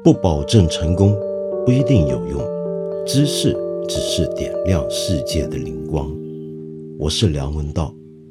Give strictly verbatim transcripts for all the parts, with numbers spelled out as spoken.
不保证成功，不一定有用，知识只是点亮世界的灵光。我是梁文道。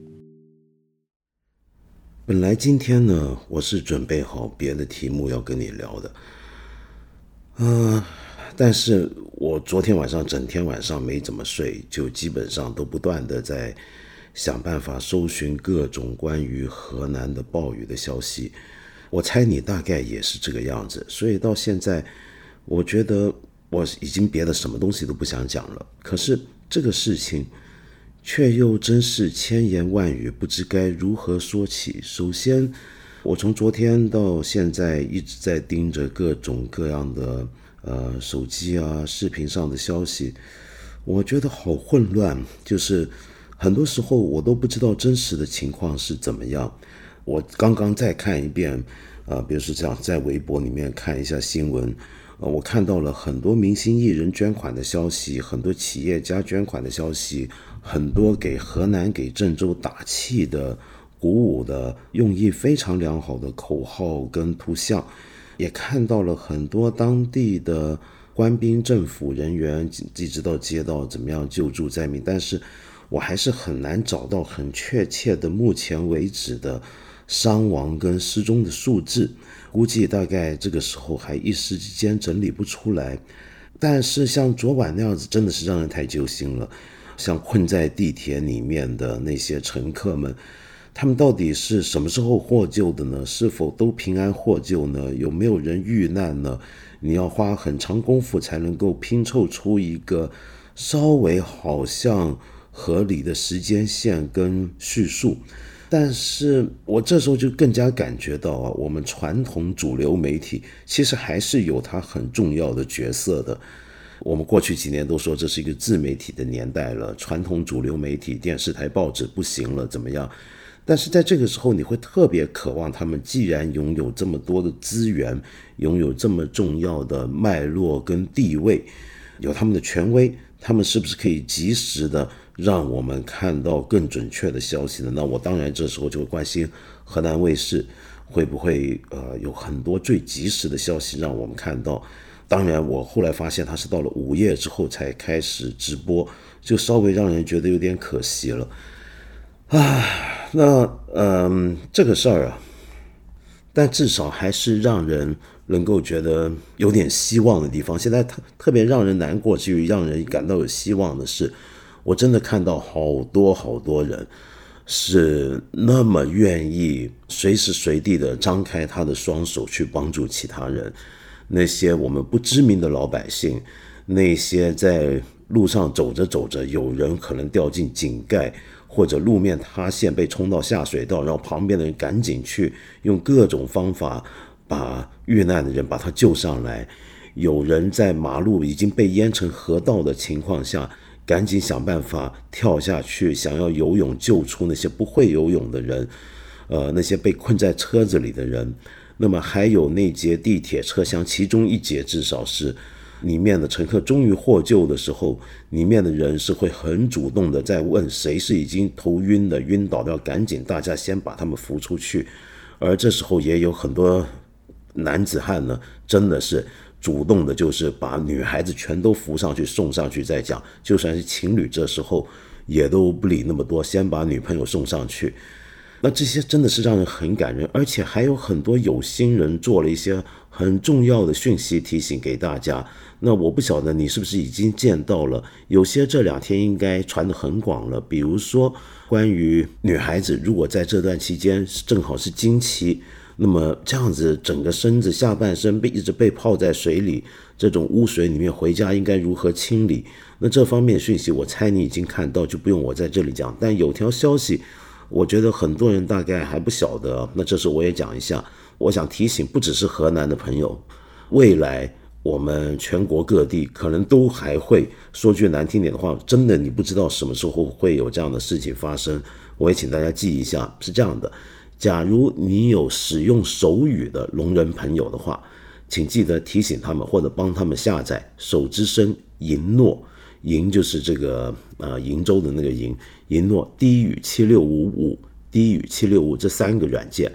本来今天呢，我是准备好别的题目要跟你聊的，呃，但是我昨天晚上整天晚上没怎么睡，就基本上都不断的在想办法搜寻各种关于河南的暴雨的消息。我猜你大概也是这个样子，所以到现在我觉得我已经别的什么东西都不想讲了。可是这个事情却又真是千言万语，不知该如何说起。首先，我从昨天到现在一直在盯着各种各样的呃手机啊、视频上的消息，我觉得好混乱，就是很多时候我都不知道真实的情况是怎么样。我刚刚再看一遍，呃，比如说这样，在微博里面看一下新闻，呃，我看到了很多明星艺人捐款的消息，很多企业家捐款的消息，很多给河南、给郑州打气的、鼓舞的、用意非常良好的口号跟图像，也看到了很多当地的官兵、政府人员一直到街道怎么样救助灾民，但是我还是很难找到很确切的目前为止的伤亡跟失踪的数字，估计大概这个时候还一时之间整理不出来。但是像昨晚那样子真的是让人太揪心了，像困在地铁里面的那些乘客们，他们到底是什么时候获救的呢？是否都平安获救呢？有没有人遇难呢？你要花很长功夫才能够拼凑出一个稍微好像合理的时间线跟叙述。但是我这时候就更加感觉到啊，我们传统主流媒体其实还是有它很重要的角色的。我们过去几年都说这是一个自媒体的年代了，传统主流媒体、电视台、报纸不行了，怎么样？但是在这个时候，你会特别渴望他们既然拥有这么多的资源，拥有这么重要的脉络跟地位，有他们的权威，他们是不是可以及时的让我们看到更准确的消息呢？那我当然这时候就会关心河南卫视会不会呃有很多最及时的消息让我们看到。当然我后来发现他是到了午夜之后才开始直播，就稍微让人觉得有点可惜了啊。那嗯这个事儿啊，但至少还是让人能够觉得有点希望的地方。现在特特别让人难过，至于让人感到有希望的是，我真的看到好多好多人是那么愿意随时随地的张开他的双手去帮助其他人。那些我们不知名的老百姓，那些在路上走着走着有人可能掉进井盖，或者路面塌陷被冲到下水道，然后旁边的人赶紧去用各种方法把遇难的人把他救上来。有人在马路已经被淹成河道的情况下，赶紧想办法跳下去，想要游泳救出那些不会游泳的人，呃，那些被困在车子里的人。那么还有那节地铁车厢，其中一节至少是里面的乘客终于获救的时候，里面的人是会很主动的在问谁是已经头晕的、晕倒的，要赶紧大家先把他们扶出去。而这时候也有很多男子汉呢，真的是主动的，就是把女孩子全都扶上去送上去再讲，就算是情侣这时候也都不理那么多，先把女朋友送上去。那这些真的是让人很感人，而且还有很多有心人做了一些很重要的讯息提醒给大家。那我不晓得你是不是已经见到了，有些这两天应该传得很广了，比如说关于女孩子如果在这段期间正好是经期，那么这样子整个身子下半身被一直被泡在水里，这种污水里面回家应该如何清理。那这方面讯息我猜你已经看到，就不用我在这里讲。但有条消息我觉得很多人大概还不晓得，那这时候我也讲一下。我想提醒不只是河南的朋友，未来我们全国各地可能都还会，说句难听点的话，真的你不知道什么时候会有这样的事情发生。我也请大家记一下，是这样的，假如你有使用手语的聋人朋友的话，请记得提醒他们或者帮他们下载手之声银诺，银就是这个呃瀛州的那个银，银诺低语七六五五低语七六五这三个软件，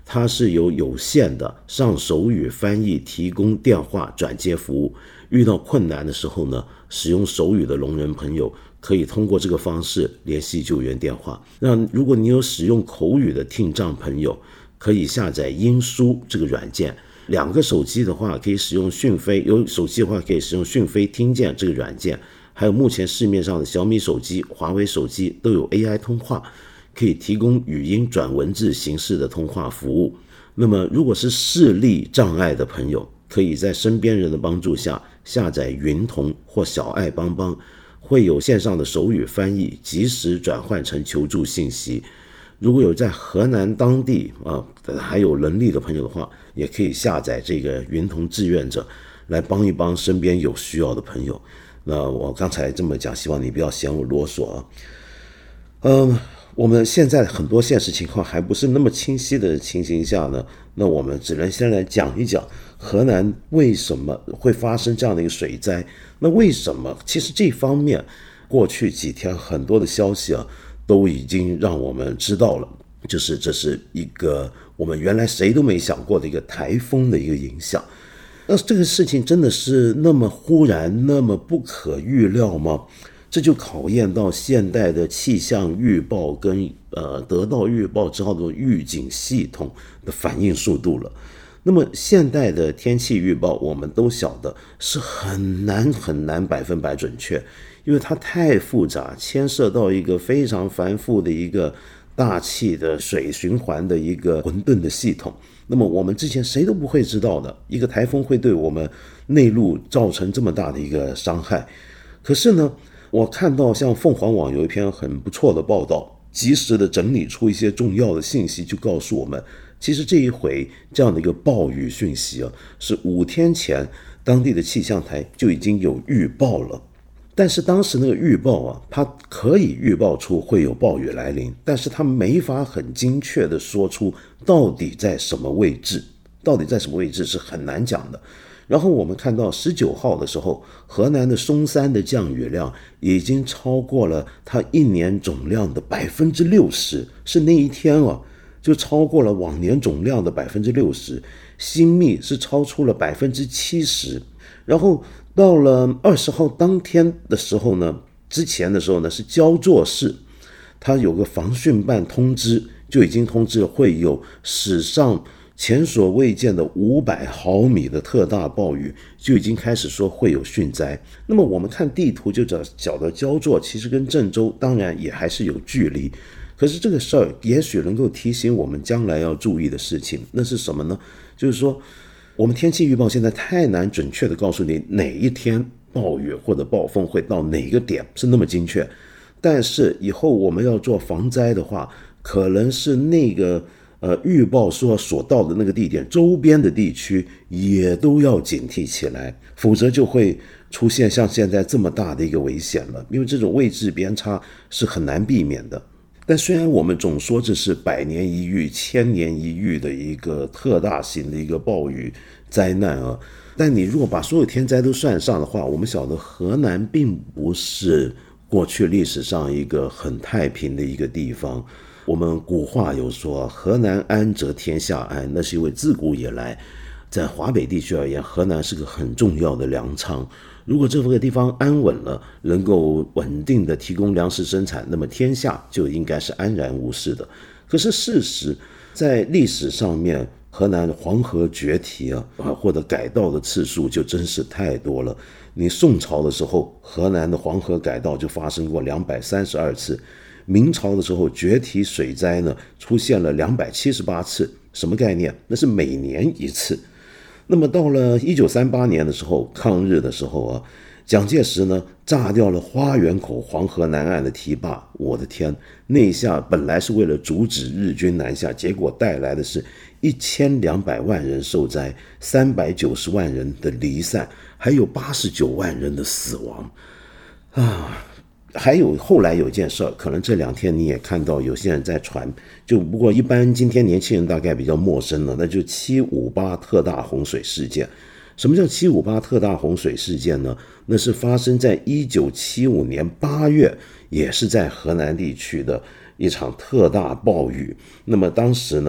它是有有线的上手语翻译提供电话转接服务，遇到困难的时候呢，使用手语的聋人朋友可以通过这个方式联系救援电话。那如果你有使用口语的听障朋友，可以下载音书这个软件，两个手机的话可以使用讯飞，有手机的话可以使用讯飞听见这个软件，还有目前市面上的小米手机、华为手机都有 A I 通话，可以提供语音转文字形式的通话服务。那么如果是视力障碍的朋友，可以在身边人的帮助下下载云童或小爱帮帮，会有线上的手语翻译，及时转换成求助信息。如果有在河南当地啊还有能力的朋友的话，也可以下载这个云童志愿者来帮一帮身边有需要的朋友。那我刚才这么讲，希望你不要嫌我啰嗦啊。嗯，我们现在很多现实情况还不是那么清晰的情形下呢，那我们只能先来讲一讲河南为什么会发生这样的一个水灾。那为什么？其实这方面过去几天很多的消息啊，都已经让我们知道了，就是这是一个我们原来谁都没想过的一个台风的一个影响。那这个事情真的是那么忽然那么不可预料吗？这就考验到现代的气象预报跟呃得到预报之后的预警系统的反应速度了。那么现代的天气预报我们都晓得是很难很难百分百准确，因为它太复杂，牵涉到一个非常繁复的一个大气的水循环的一个混沌的系统。那么我们之前谁都不会知道的，一个台风会对我们内陆造成这么大的一个伤害。可是呢，我看到像凤凰网有一篇很不错的报道，及时的整理出一些重要的信息，就告诉我们，其实这一回这样的一个暴雨讯息啊，是五天前当地的气象台就已经有预报了。但是当时那个预报啊，它可以预报出会有暴雨来临，但是它没法很精确的说出到底在什么位置，到底在什么位置是很难讲的。然后我们看到十九号的时候，河南的嵩山的降雨量已经超过了它一年总量的百分之六十，是那一天啊，就超过了往年总量的百分之六十。新密是超出了百分之七十，然后到了二十号当天的时候呢，之前的时候呢是焦作市，它有个防汛办通知，就已经通知了会有史上前所未见的五百毫米的特大暴雨，就已经开始说会有汛灾。那么我们看地图就晓得焦作其实跟郑州当然也还是有距离，可是这个事儿也许能够提醒我们将来要注意的事情，那是什么呢？就是说我们天气预报现在太难准确的告诉你哪一天暴雨或者暴风会到哪个点是那么精确，但是以后我们要做防灾的话，可能是那个呃预报说所到的那个地点周边的地区也都要警惕起来，否则就会出现像现在这么大的一个危险了，因为这种位置边差是很难避免的。但虽然我们总说这是百年一遇、千年一遇的一个特大型的一个暴雨灾难啊，但你如果把所有天灾都算上的话，我们晓得河南并不是过去历史上一个很太平的一个地方。我们古话有说，河南安则天下安，那是因为自古以来在华北地区而言，河南是个很重要的粮仓。如果这个地方安稳了，能够稳定的提供粮食生产，那么天下就应该是安然无事的。可是事实在历史上面，河南黄河决堤啊，或者改道的次数就真是太多了。你宋朝的时候，河南的黄河改道就发生过两百三十二次，明朝的时候决堤水灾呢出现了两百七十八次，什么概念？那是每年一次。那么到了一九三八年的时候，抗日的时候啊，蒋介石呢炸掉了花园口黄河南岸的堤坝，我的天，那一下本来是为了阻止日军南下，结果带来的是一千两百万人受灾，三百九十万人的离散，还有八十九万人的死亡啊！还有后来有一件事，可能这两天你也看到有些人在传，就不过一般今天年轻人大概比较陌生了，那就七五八特大洪水事件。什么叫七五八特大洪水事件呢？那是发生在一九七五年八月，也是在河南地区的一场特大暴雨。那么当时呢，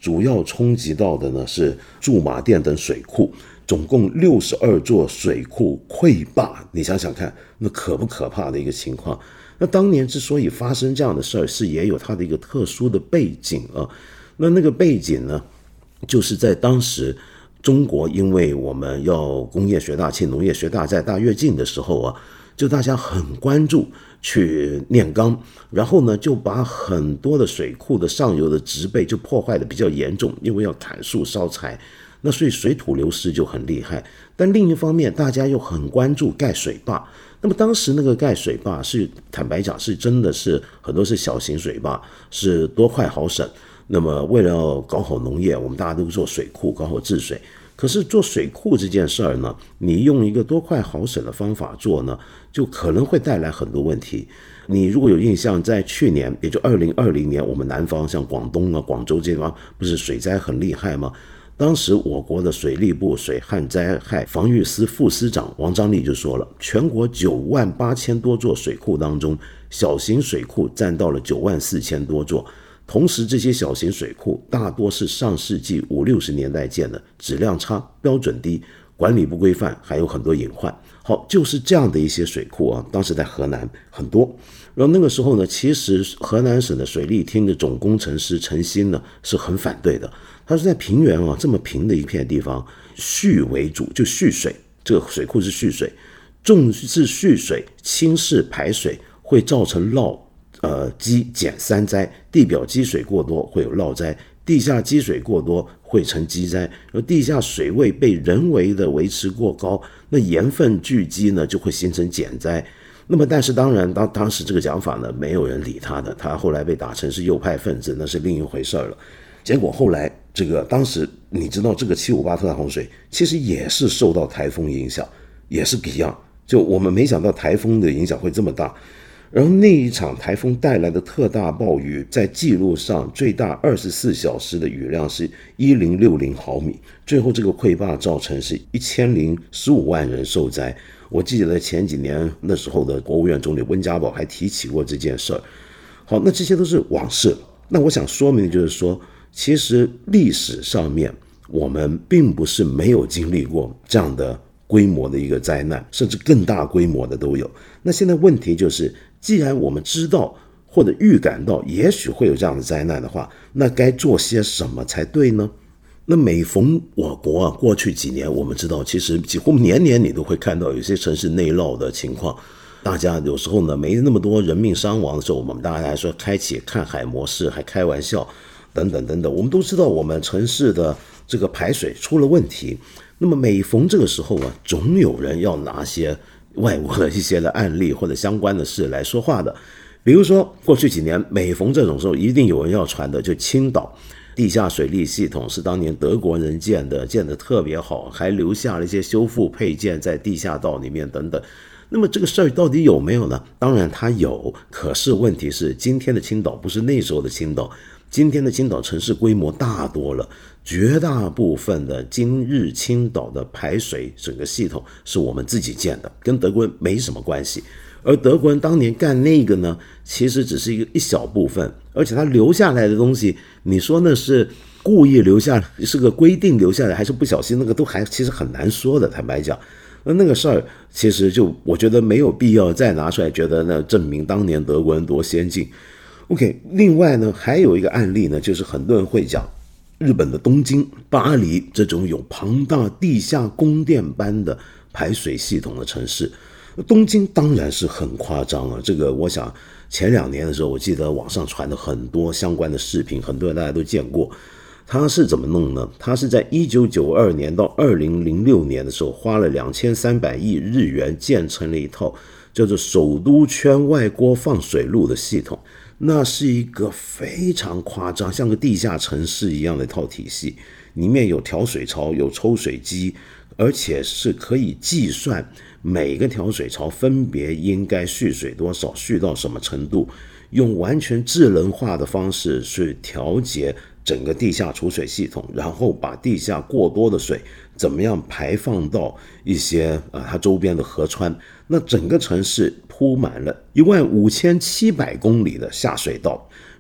主要冲击到的呢是驻马店等水库，总共六十二座水库溃坝，你想想看，那可不可怕的一个情况。那当年之所以发生这样的事儿，是也有它的一个特殊的背景啊。那那个背景呢，就是在当时中国，因为我们要工业学大庆，农业学大在大跃进的时候啊，就大家很关注去炼钢，然后呢就把很多的水库的上游的植被就破坏的比较严重，因为要砍树烧柴，那所以水土流失就很厉害。但另一方面，大家又很关注盖水坝。那么当时那个盖水坝是坦白讲是真的是很多是小型水坝，是多快好省。那么为了要搞好农业，我们大家都做水库，搞好治水。可是做水库这件事儿呢，你用一个多快好省的方法做呢，就可能会带来很多问题。你如果有印象，在去年，也就二零二零年，我们南方像广东啊、广州这地方，不是水灾很厉害吗？当时我国的水利部水旱灾害防御司副司长王章立就说了，全国九万八千多座水库当中，小型水库占到了九万四千多座。同时这些小型水库大多是上世纪五六十年代建的，质量差，标准低，管理不规范，还有很多隐患。好，就是这样的一些水库啊，当时在河南很多。然后那个时候呢，其实河南省的水利厅的总工程师陈新呢是很反对的。他是在平原啊这么平的一片地方，蓄为主，就蓄水，这个水库是蓄水，重视蓄水，轻视排水，会造成涝。呃，积减三灾，地表积水过多会有涝灾，地下积水过多会成积灾，而地下水位被人为的维持过高，那盐分聚集呢就会形成减灾。那么但是当然当当时这个讲法呢，没有人理他的，他后来被打成是右派分子，那是另一回事了。结果后来这个当时你知道这个七五八特大洪水其实也是受到台风影响，也是一样，就我们没想到台风的影响会这么大。然后那一场台风带来的特大暴雨，在记录上最大二十四小时的雨量是一千六十毫米，最后这个溃坝造成是一千零十五万人受灾。我记得前几年那时候的国务院总理温家宝还提起过这件事儿。好，那这些都是往事。那我想说明的就是说，其实历史上面我们并不是没有经历过这样的规模的一个灾难，甚至更大规模的都有。那现在问题就是，既然我们知道或者预感到也许会有这样的灾难的话，那该做些什么才对呢？那每逢我国啊，过去几年我们知道，其实几乎年年你都会看到有些城市内涝的情况。大家有时候呢没那么多人命伤亡的时候，我们大家还说开启看海模式，还开玩笑等等等等。我们都知道我们城市的这个排水出了问题，那么每逢这个时候啊，总有人要拿些外国的一些的案例或者相关的事来说话的。比如说过去几年每逢这种时候，一定有人要传的，就青岛地下水利系统是当年德国人建的，建得特别好，还留下了一些修复配件在地下道里面等等。那么这个事儿到底有没有呢？当然它有，可是问题是今天的青岛不是那时候的青岛，今天的青岛城市规模大多了，绝大部分的今日青岛的排水整个系统是我们自己建的，跟德国人没什么关系。而德国人当年干那个呢，其实只是一个一小部分，而且他留下来的东西，你说那是故意留下来，是个规定留下来，还是不小心，那个都还其实很难说的，坦白讲。那那个事儿其实就我觉得没有必要再拿出来，觉得那证明当年德国人多先进。OK， 另外呢还有一个案例呢，就是很多人会讲日本的东京、巴黎这种有庞大地下宫殿般的排水系统的城市。东京当然是很夸张了，这个我想前两年的时候，我记得网上传了很多相关的视频，很多人大家都见过。他是怎么弄呢？他是在一九九二年到二零零六年的时候，花了两千三百亿日元建成了一套叫做首都圈外郭放水路的系统。那是一个非常夸张，像个地下城市一样的一套体系，里面有调水槽，有抽水机，而且是可以计算每个调水槽分别应该蓄水多少，蓄到什么程度，用完全智能化的方式去调节整个地下储水系统，然后把地下过多的水怎么样排放到一些呃它周边的河川。那整个城市铺满了一万五千七百公里的下水道，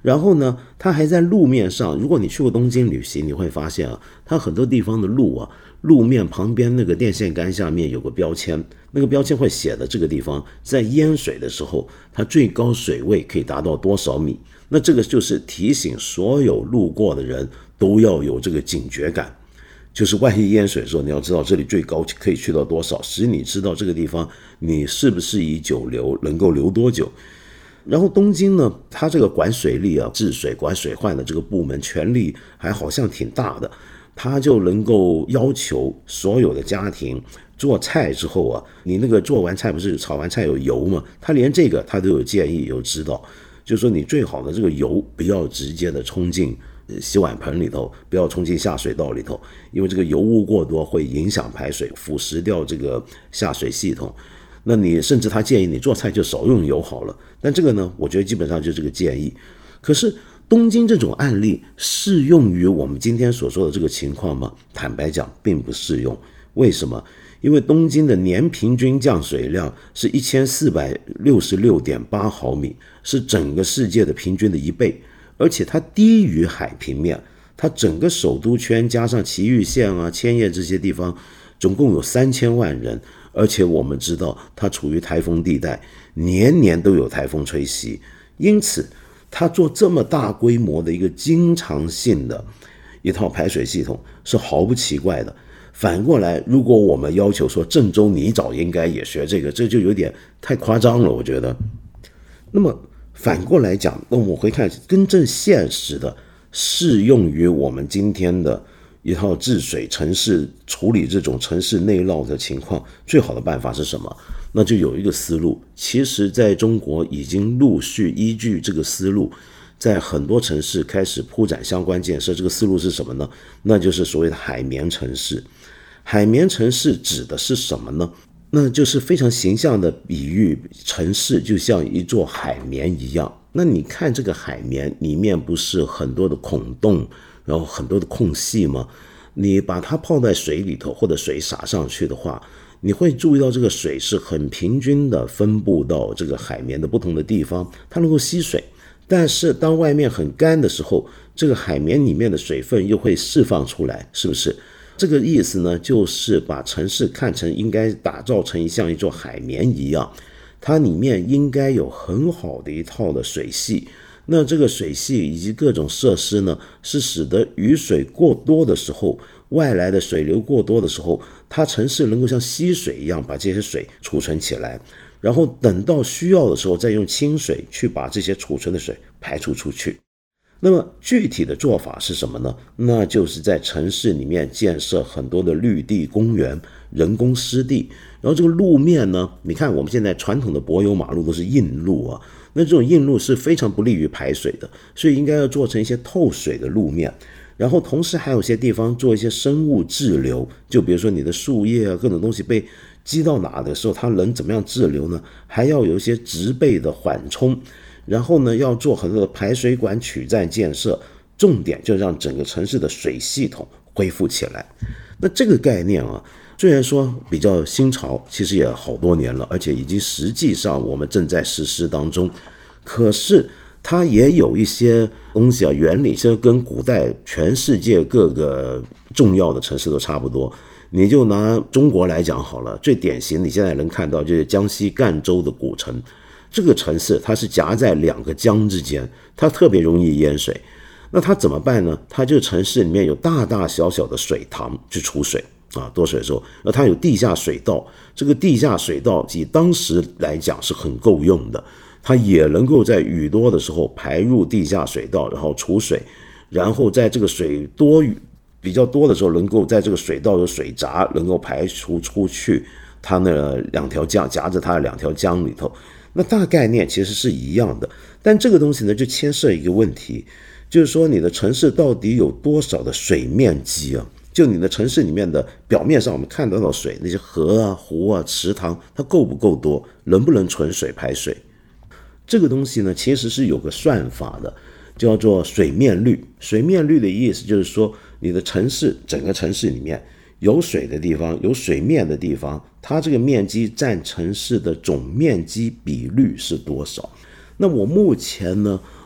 然后呢，它还在路面上，如果你去过东京旅行，你会发现啊，它很多地方的路啊，路面旁边那个电线杆下面有个标签，那个标签会写的这个地方在淹水的时候，它最高水位可以达到多少米。那这个就是提醒所有路过的人都要有这个警觉感，就是万一淹水的时候，你要知道这里最高可以去到多少，使你知道这个地方你是不是以久留，能够留多久。然后东京呢，它这个管水利啊、治水、管水患的这个部门权力还好像挺大的，它就能够要求所有的家庭做菜之后啊，你那个做完菜不是炒完菜有油吗？它连这个它都有建议有指导，就是说你最好的这个油不要直接的冲进洗碗盆里头，不要冲进下水道里头，因为这个油污过多会影响排水，腐蚀掉这个下水系统。那你甚至他建议你做菜就少用油好了，但这个呢，我觉得基本上就是个建议。可是东京这种案例适用于我们今天所说的这个情况吗？坦白讲并不适用。为什么？因为东京的年平均降水量是一千四百六十六点八毫米，是整个世界的平均的一倍，而且它低于海平面。它整个首都圈加上埼玉县啊、千叶这些地方，总共有三千万人。而且我们知道它处于台风地带，年年都有台风吹袭，因此它做这么大规模的一个经常性的一套排水系统是毫不奇怪的。反过来，如果我们要求说郑州你早应该也学这个，这就有点太夸张了，我觉得。那么反过来讲，那我会看真正现实的适用于我们今天的一套治水城市处理这种城市内涝的情况，最好的办法是什么？那就有一个思路，其实在中国已经陆续依据这个思路，在很多城市开始铺展相关建设。这个思路是什么呢？那就是所谓的海绵城市。海绵城市指的是什么呢？那就是非常形象的比喻，城市就像一座海绵一样。那你看这个海绵里面不是很多的孔洞，然后很多的空隙吗？你把它泡在水里头，或者水洒上去的话，你会注意到这个水是很平均的分布到这个海绵的不同的地方，它能够吸水。但是当外面很干的时候，这个海绵里面的水分又会释放出来，是不是？这个意思呢，就是把城市看成应该打造成像一座海绵一样，它里面应该有很好的一套的水系。那这个水系以及各种设施呢，是使得雨水过多的时候，外来的水流过多的时候，它城市能够像吸水一样把这些水储存起来，然后等到需要的时候再用清水去把这些储存的水排除出去。那么具体的做法是什么呢？那就是在城市里面建设很多的绿地公园、人工湿地，然后这个路面呢，你看我们现在传统的柏油马路都是硬路啊，那这种硬路是非常不利于排水的，所以应该要做成一些透水的路面。然后同时还有些地方做一些生物滞留，就比如说你的树叶啊，各种东西被积到哪的时候，它能怎么样滞留呢？还要有一些植被的缓冲。然后呢，要做很多的排水管取站建设，重点就让整个城市的水系统恢复起来。那这个概念啊，虽然说比较新潮，其实也好多年了，而且已经实际上我们正在实施当中。可是它也有一些东西啊，原理其实跟古代全世界各个重要的城市都差不多。你就拿中国来讲好了，最典型你现在能看到就是江西赣州的古城。这个城市它是夹在两个江之间，它特别容易淹水。那它怎么办呢？它就城市里面有大大小小的水塘去储水啊，多水的时候，那它有地下水道，这个地下水道以当时来讲是很够用的，它也能够在雨多的时候排入地下水道，然后储水，然后在这个水多比较多的时候，能够在这个水道的水闸能够排除出去它那两条江，夹着它的两条江里头。那大概念其实是一样的，但这个东西呢，就牵涉一个问题，就是说你的城市到底有多少的水面积啊？就你的城市里面的表面上我们看到的水，那些河啊、湖啊、池塘，它够不够多？能不能存水排水？这个东西呢，其实是有个算法的，叫做水面率。水面率的意思就是说，你的城市整个城市里面有水的地方，有水面的地方，它这个面积占城市的总面积比率是多少？那我目前呢，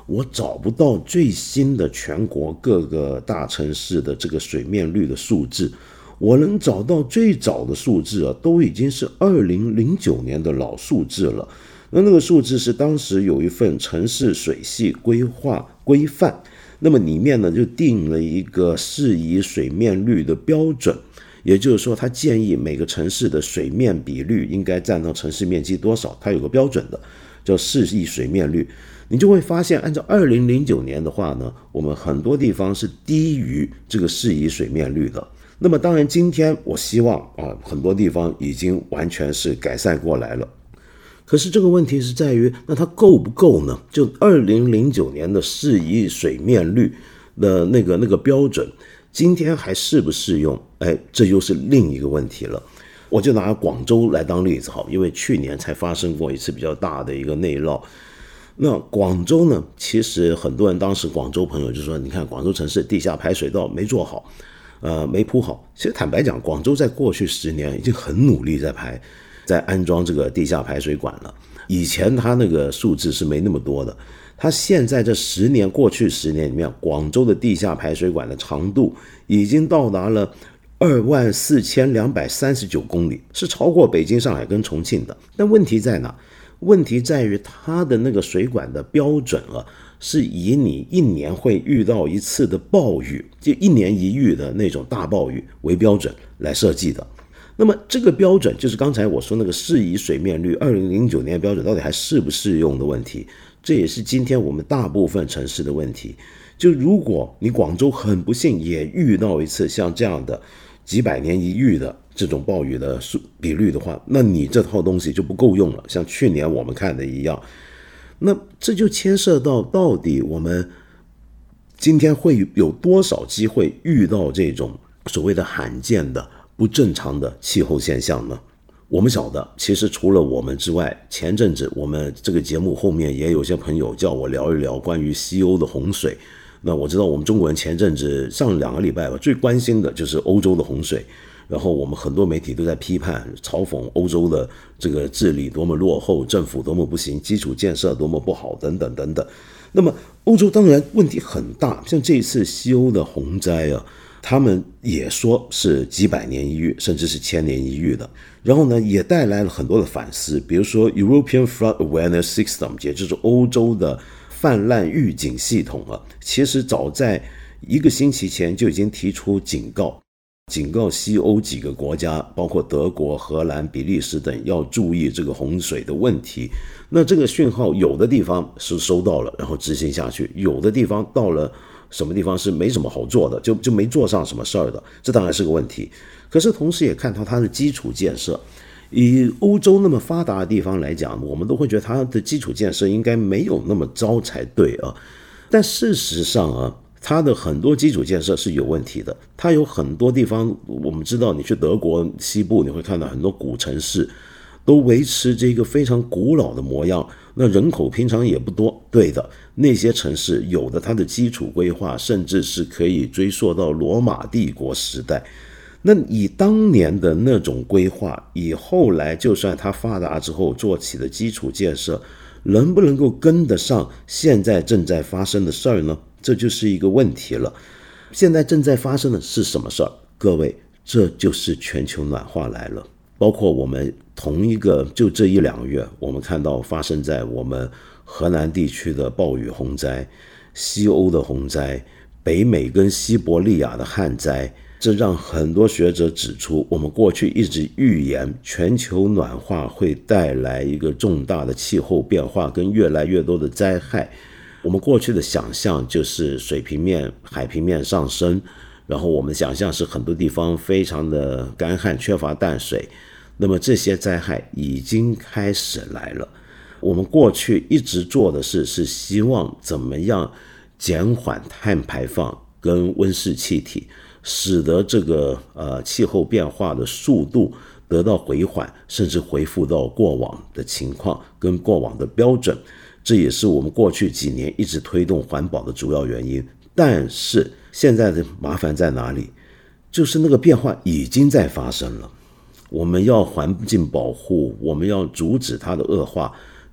我找不到最新的全国各个大城市的这个水面率的数字，我能找到最早的数字啊，都已经是二零零九年的老数字了。那那个数字是当时有一份城市水系规划规范，那么里面呢就定了一个适宜水面率的标准，也就是说，他建议每个城市的水面比率应该占到城市面积多少，它有个标准的，叫适宜水面率。你就会发现，按照二零零九年的话呢，我们很多地方是低于这个适宜水面率的。那么当然，今天我希望啊，很多地方已经完全是改善过来了。可是这个问题是在于，那它够不够呢？就二零零九年的适宜水面率的那个那个标准，今天还适不适用？哎，这又是另一个问题了。我就拿广州来当例子好，因为去年才发生过一次比较大的一个内涝。那广州呢，其实很多人当时广州朋友就说，你看广州城市地下排水道没做好，呃，没铺好。其实坦白讲，广州在过去十年已经很努力在排。在安装这个地下排水管了，以前它那个数字是没那么多的，它现在这十年过去十年里面，广州的地下排水管的长度已经到达了二万四千两百三十九公里，是超过北京、上海跟重庆的。但问题在哪？问题在于它的那个水管的标准啊，是以你一年会遇到一次的暴雨，就一年一遇的那种大暴雨为标准来设计的。那么这个标准就是刚才我说那个适宜水面率二零零九年标准到底还适不适用的问题，这也是今天我们大部分城市的问题。就如果你广州很不幸也遇到一次像这样的几百年一遇的这种暴雨的比率的话，那你这套东西就不够用了，像去年我们看的一样。那这就牵涉到到底我们今天会有多少机会遇到这种所谓的罕见的不正常的气候现象呢？我们晓得，其实除了我们之外，前阵子我们这个节目后面也有些朋友叫我聊一聊关于西欧的洪水。那我知道我们中国人前阵子上两个礼拜吧，最关心的就是欧洲的洪水，然后我们很多媒体都在批判嘲讽欧洲的这个治理多么落后，政府多么不行，基础建设多么不好，等等等等。那么欧洲当然问题很大，像这一次西欧的洪灾啊，他们也说是几百年一遇，甚至是千年一遇的。然后呢，也带来了很多的反思，比如说 European Flood Awareness System， 也就是欧洲的泛滥预警系统啊，其实早在一个星期前就已经提出警告，警告西欧几个国家，包括德国、荷兰、比利时等，要注意这个洪水的问题。那这个讯号有的地方是收到了，然后执行下去，有的地方到了什么地方是没什么好做的，就就没做上什么事儿的，这当然是个问题。可是同时也看到它的基础建设，以欧洲那么发达的地方来讲，我们都会觉得它的基础建设应该没有那么糟才对啊。但事实上啊，它的很多基础建设是有问题的。它有很多地方，我们知道，你去德国西部，你会看到很多古城市都维持这个非常古老的模样，那人口平常也不多。对的，那些城市有的它的基础规划甚至是可以追溯到罗马帝国时代。那以当年的那种规划，以后来就算它发达之后做起的基础建设，能不能够跟得上现在正在发生的事儿呢？这就是一个问题了。现在正在发生的是什么事儿？各位，这就是全球暖化来了。包括我们同一个就这一两个月，我们看到发生在我们河南地区的暴雨洪灾，西欧的洪灾，北美跟西伯利亚的旱灾，这让很多学者指出，我们过去一直预言全球暖化会带来一个重大的气候变化跟越来越多的灾害。我们过去的想象就是水平面、海平面上升，然后我们想象是很多地方非常的干旱，缺乏淡水。那么这些灾害已经开始来了。我们过去一直做的事是希望怎么样减缓碳排放跟温室气体，使得这个呃气候变化的速度得到回缓，甚至恢复到过往的情况跟过往的标准。这也是我们过去几年一直推动环保的主要原因。但是现在的麻烦在哪里？就是那个变化已经在发生了。我们要环境保护，我们要阻止它的恶化，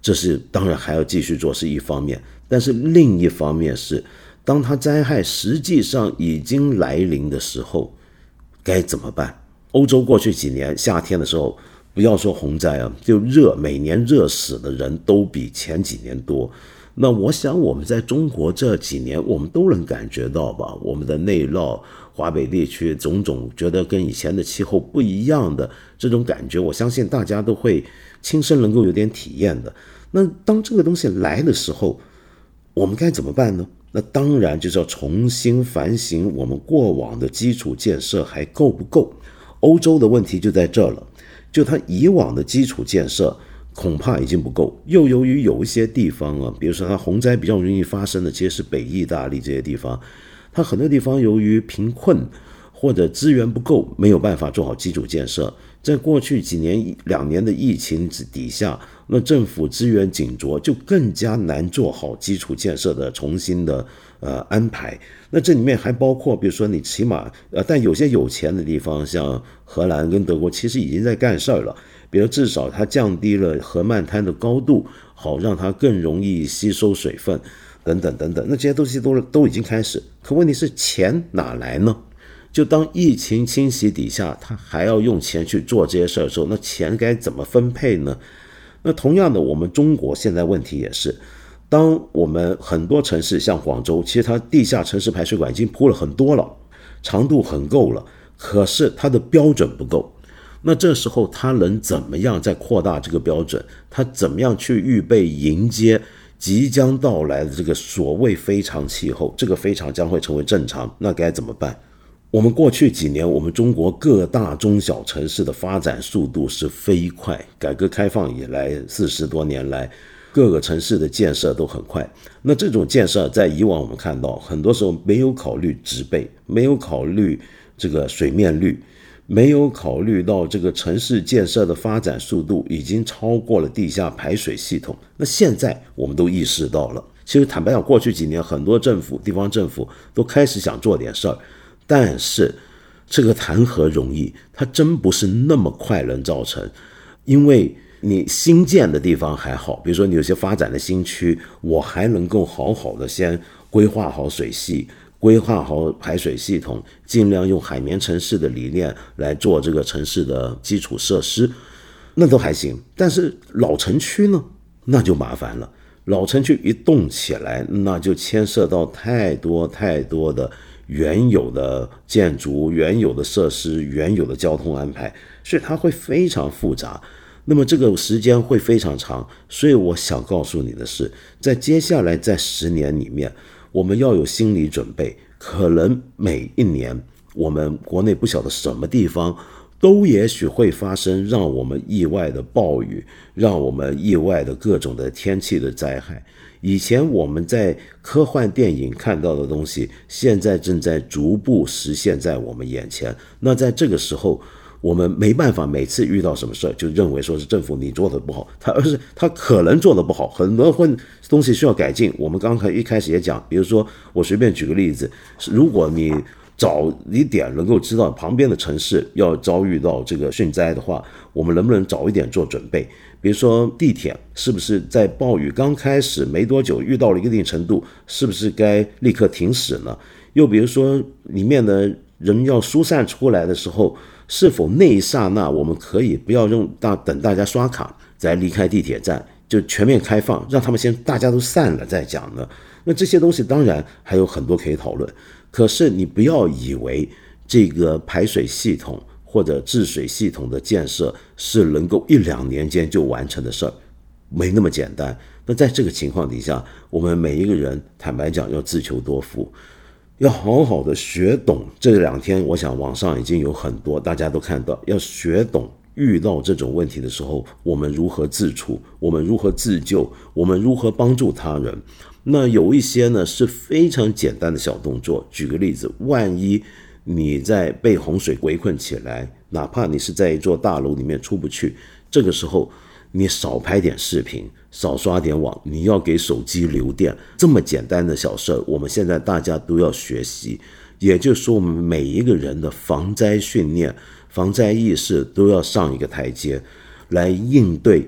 这是当然还要继续做是一方面，但是另一方面是，当它灾害实际上已经来临的时候，该怎么办？欧洲过去几年夏天的时候，不要说洪灾啊，就热，每年热死的人都比前几年多。那我想我们在中国这几年，我们都能感觉到吧，我们的内涝、华北地区种种觉得跟以前的气候不一样的这种感觉，我相信大家都会亲身能够有点体验的。那当这个东西来的时候，我们该怎么办呢？那当然就是要重新反省我们过往的基础建设还够不够。欧洲的问题就在这了，就它以往的基础建设恐怕已经不够，又由于有一些地方啊，比如说它洪灾比较容易发生的其实是北意大利这些地方，它很多地方由于贫困或者资源不够，没有办法做好基础建设。在过去几年两年的疫情底下，那政府资源紧矁，就更加难做好基础建设的重新的呃安排。那这里面还包括，比如说你起码呃，但有些有钱的地方，像荷兰跟德国，其实已经在干事儿了。比如至少它降低了河漫滩的高度，好让它更容易吸收水分，等等等等。那这些东西都都已经开始，可问题是钱哪来呢？就当疫情侵袭底下，他还要用钱去做这些事的时候，那钱该怎么分配呢？那同样的，我们中国现在问题也是，当我们很多城市像广州，其实它地下城市排水管已经铺了很多了，长度很够了，可是它的标准不够。那这时候它能怎么样再扩大这个标准？它怎么样去预备迎接即将到来的这个所谓非常气候？这个非常将会成为正常，那该怎么办？我们过去几年，我们中国各大中小城市的发展速度是飞快，改革开放以来四十多年来，各个城市的建设都很快。那这种建设在以往我们看到，很多时候没有考虑植被，没有考虑这个水面率，没有考虑到这个城市建设的发展速度已经超过了地下排水系统。那现在我们都意识到了，其实坦白讲，过去几年很多政府、地方政府都开始想做点事儿，但是这个谈何容易，它真不是那么快能造成。因为你新建的地方还好，比如说你有些发展的新区，我还能够好好的先规划好水系，规划好排水系统，尽量用海绵城市的理念来做这个城市的基础设施，那都还行。但是老城区呢，那就麻烦了。老城区一动起来，那就牵涉到太多太多的原有的建筑、原有的设施、原有的交通安排，所以它会非常复杂。那么这个时间会非常长，所以我想告诉你的是，在接下来在十年里面，我们要有心理准备，可能每一年我们国内不晓得什么地方都也许会发生让我们意外的暴雨，让我们意外的各种的天气的灾害。以前我们在科幻电影看到的东西，现在正在逐步实现在我们眼前。那在这个时候，我们没办法每次遇到什么事就认为说是政府你做的不好，他而是他可能做的不好，很多东西需要改进。我们刚才一开始也讲，比如说我随便举个例子，如果你早一点能够知道旁边的城市要遭遇到这个汛灾的话，我们能不能早一点做准备？比如说地铁是不是在暴雨刚开始没多久遇到了一定程度，是不是该立刻停驶呢？又比如说里面的人要疏散出来的时候，是否那一刹那我们可以不要用大等大家刷卡再离开地铁站，就全面开放，让他们先大家都散了再讲呢？那这些东西当然还有很多可以讨论，可是你不要以为这个排水系统或者治水系统的建设是能够一两年间就完成的事儿，没那么简单。那在这个情况底下，我们每一个人坦白讲要自求多福，要好好的学懂。这两天我想网上已经有很多大家都看到，要学懂遇到这种问题的时候，我们如何自处，我们如何自救，我们如何帮助他人。那有一些呢是非常简单的小动作，举个例子，万一你在被洪水围困起来，哪怕你是在一座大楼里面出不去，这个时候你少拍点视频，少刷点网，你要给手机留电，这么简单的小事，我们现在大家都要学习。也就是说，我们每一个人的防灾训练、防灾意识都要上一个台阶，来应对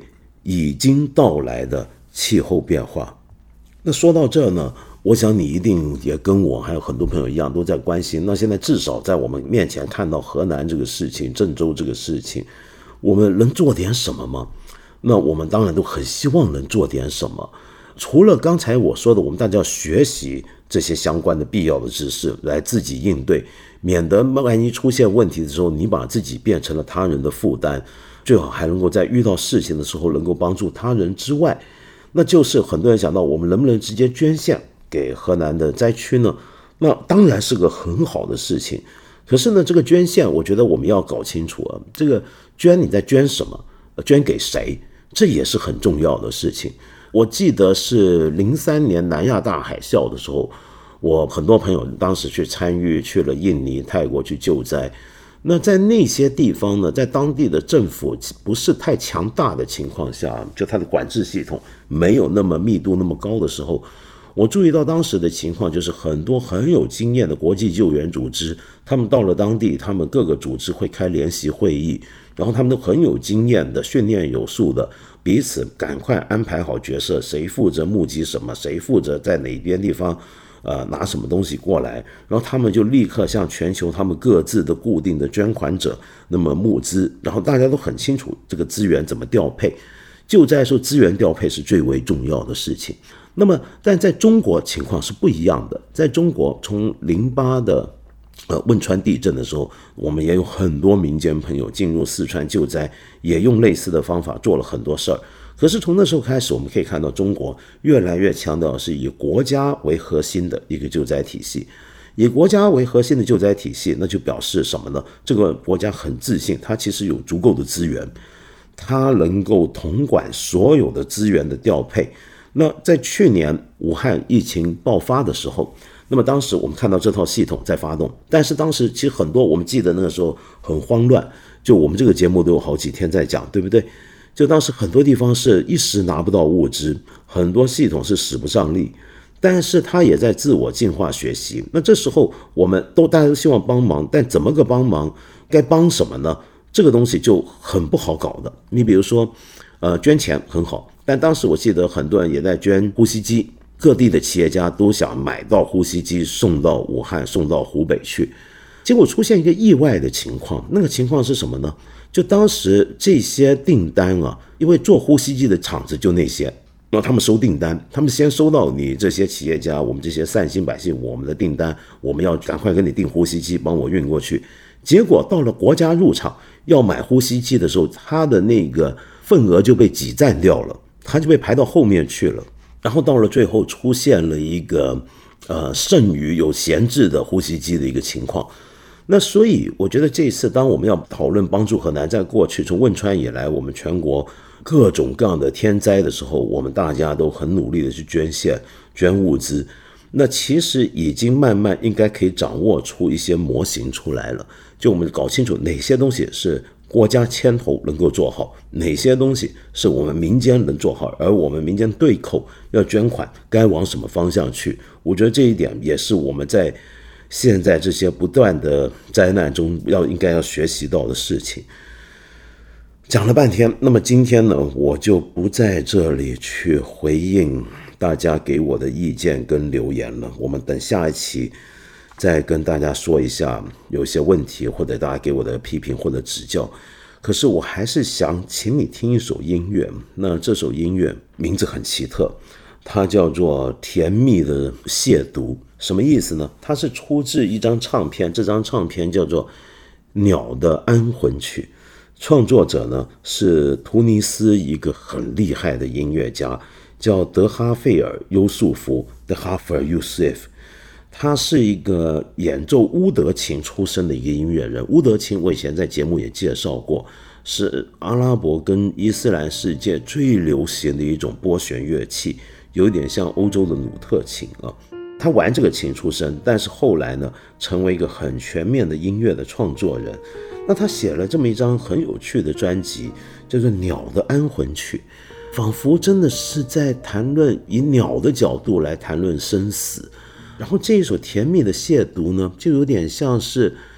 已经到来的气候变化。那说到这呢，我想你一定也跟我还有很多朋友一样都在关心，那现在至少在我们面前看到河南这个事情，郑州这个事情，我们能做点什么吗？那我们当然都很希望能做点什么，除了刚才我说的我们大家要学习这些相关的必要的知识来自己应对，免得万一出现问题的时候你把自己变成了他人的负担，最好还能够在遇到事情的时候能够帮助他人之外，那就是很多人想到我们能不能直接捐献给河南的灾区呢？那当然是个很好的事情，可是呢这个捐献我觉得我们要搞清楚啊，这个捐你在捐什么，捐给谁，这也是很重要的事情。我记得是零三年南亚大海啸的时候，我很多朋友当时去参与，去了印尼、泰国去救灾。那在那些地方呢，在当地的政府不是太强大的情况下，就它的管制系统没有那么密度那么高的时候，我注意到当时的情况就是很多很有经验的国际救援组织，他们到了当地，他们各个组织会开联席会议，然后他们都很有经验的，训练有素的，彼此赶快安排好角色，谁负责募集什么，谁负责在哪边地方呃，拿什么东西过来，然后他们就立刻向全球他们各自的固定的捐款者那么募资，然后大家都很清楚这个资源怎么调配，救灾的时候资源调配是最为重要的事情。那么但在中国情况是不一样的，在中国从零八的呃汶川地震的时候，我们也有很多民间朋友进入四川救灾，也用类似的方法做了很多事儿。可是从那时候开始，我们可以看到中国越来越强调的是以国家为核心的一个救灾体系。以国家为核心的救灾体系，那就表示什么呢？这个国家很自信，它其实有足够的资源，它能够统管所有的资源的调配。那在去年武汉疫情爆发的时候，那么当时我们看到这套系统在发动，但是当时其实很多我们记得那个时候很慌乱，就我们这个节目都有好几天在讲，对不对？就当时很多地方是一时拿不到物资，很多系统是使不上力，但是它也在自我进化学习。那这时候我们都大家都希望帮忙，但怎么个帮忙，该帮什么呢？这个东西就很不好搞的。你比如说呃，捐钱很好，但当时我记得很多人也在捐呼吸机，各地的企业家都想买到呼吸机送到武汉送到湖北去，结果出现一个意外的情况。那个情况是什么呢？就当时这些订单啊，因为做呼吸机的厂子就那些，然后他们收订单，他们先收到你这些企业家，我们这些善心百姓我们的订单，我们要赶快跟你订呼吸机，帮我运过去。结果到了国家入场要买呼吸机的时候，他的那个份额就被挤占掉了，他就被排到后面去了。然后到了最后出现了一个呃剩余有闲置的呼吸机的一个情况。那所以我觉得这一次当我们要讨论帮助河南，在过去从汶川以来我们全国各种各样的天灾的时候，我们大家都很努力的去捐献捐物资，那其实已经慢慢应该可以掌握出一些模型出来了，就我们搞清楚哪些东西是国家牵头能够做好，哪些东西是我们民间能做好，而我们民间对口要捐款该往什么方向去。我觉得这一点也是我们在现在这些不断的灾难中要应该要学习到的事情。讲了半天，那么今天呢，我就不在这里去回应大家给我的意见跟留言了，我们等下一期再跟大家说一下有些问题或者大家给我的批评或者指教。可是我还是想请你听一首音乐，那这首音乐名字很奇特，它叫做《甜蜜的亵渎》。什么意思呢？它是出自一张唱片，这张唱片叫做《鸟的安魂曲》，创作者呢是突尼斯一个很厉害的音乐家，叫德哈费尔·优素福 （The Hafer Yusuf）。他是一个演奏乌德琴出身的一个音乐人。乌德琴我以前在节目也介绍过，是阿拉伯跟伊斯兰世界最流行的一种拨弦乐器，有点像欧洲的努特琴啊。他玩这个琴出身，但是后来呢，成为一个很全面的音乐的创作人。那他写了这么一张很有趣的专辑，叫做《鸟的安魂曲》，仿佛真的是在谈论以鸟的角度来谈论生死。然后这一首甜蜜的亵渎呢，就有点像是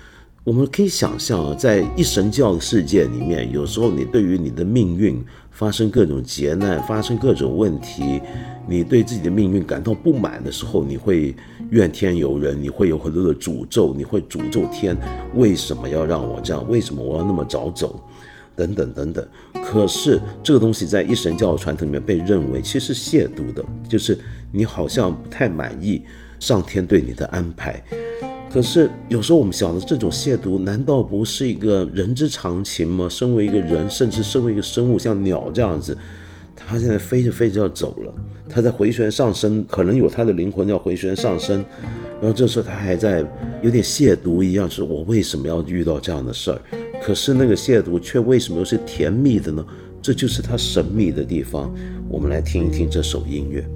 我们可以想象啊，在一神教的世界里面，有时候你对于你的命运发生各种劫难，发生各种问题，你对自己的命运感到不满的时候，你会怨天尤人，你会有很多的诅咒，你会诅咒天，为什么要让我这样？为什么我要那么早走？等等等等。可是这个东西在一神教的传统里面被认为其实是亵渎的，就是你好像不太满意上天对你的安排。可是有时候我们想的这种亵渎难道不是一个人之常情吗？身为一个人，甚至身为一个生物，像鸟这样子，它现在飞着飞着要走了，它在回旋上升，可能有它的灵魂要回旋上升，然后这时候它还在有点亵渎一样，是我为什么要遇到这样的事儿？可是那个亵渎却为什么又是甜蜜的呢？这就是它神秘的地方。我们来听一听这首音乐。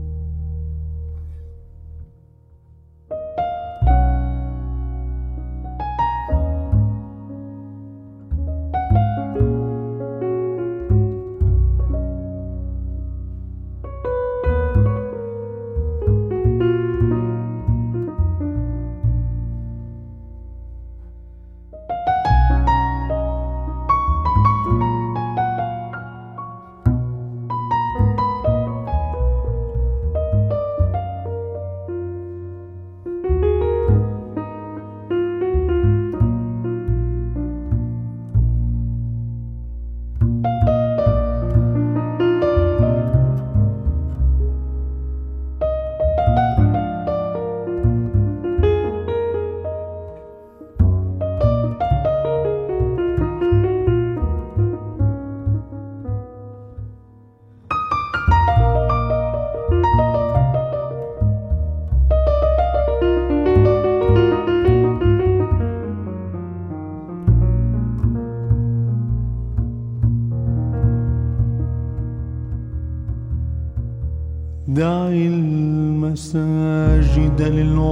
دع المساجد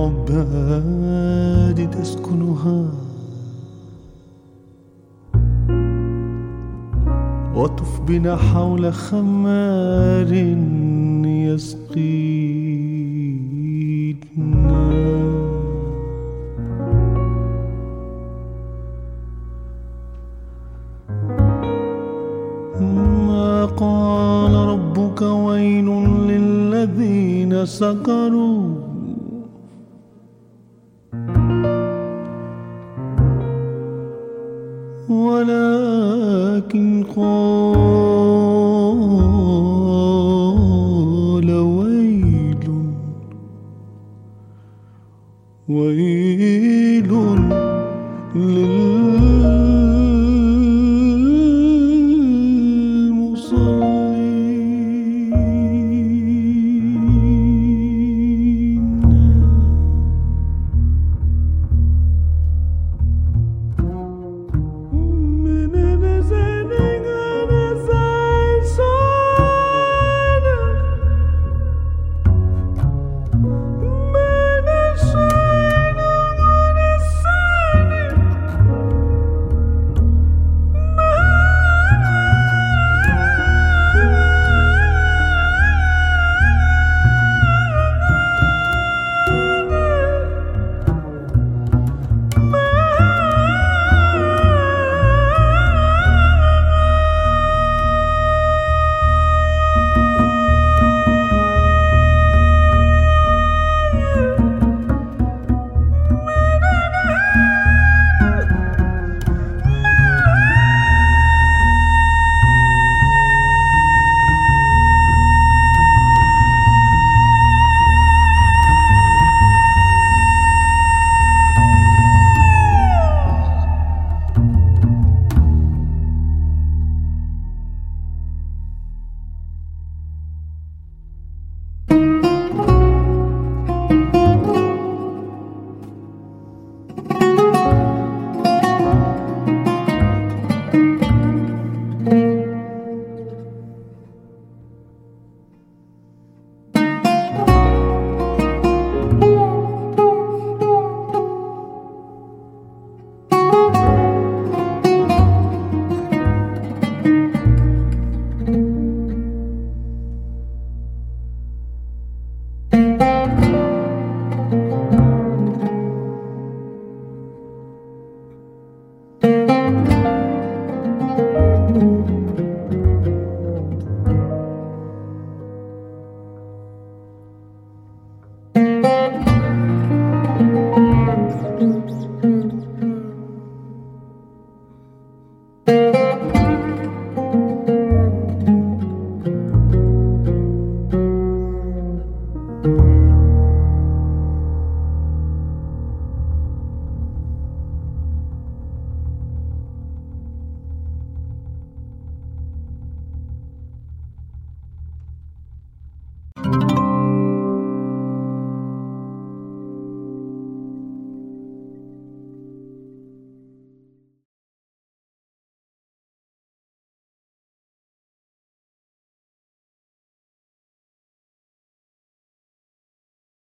للعباد تسكنها وطف بنا حول خمار يسقينا ما قال ربك ويل للذين سكروا ولكن قال ويل ويل للذين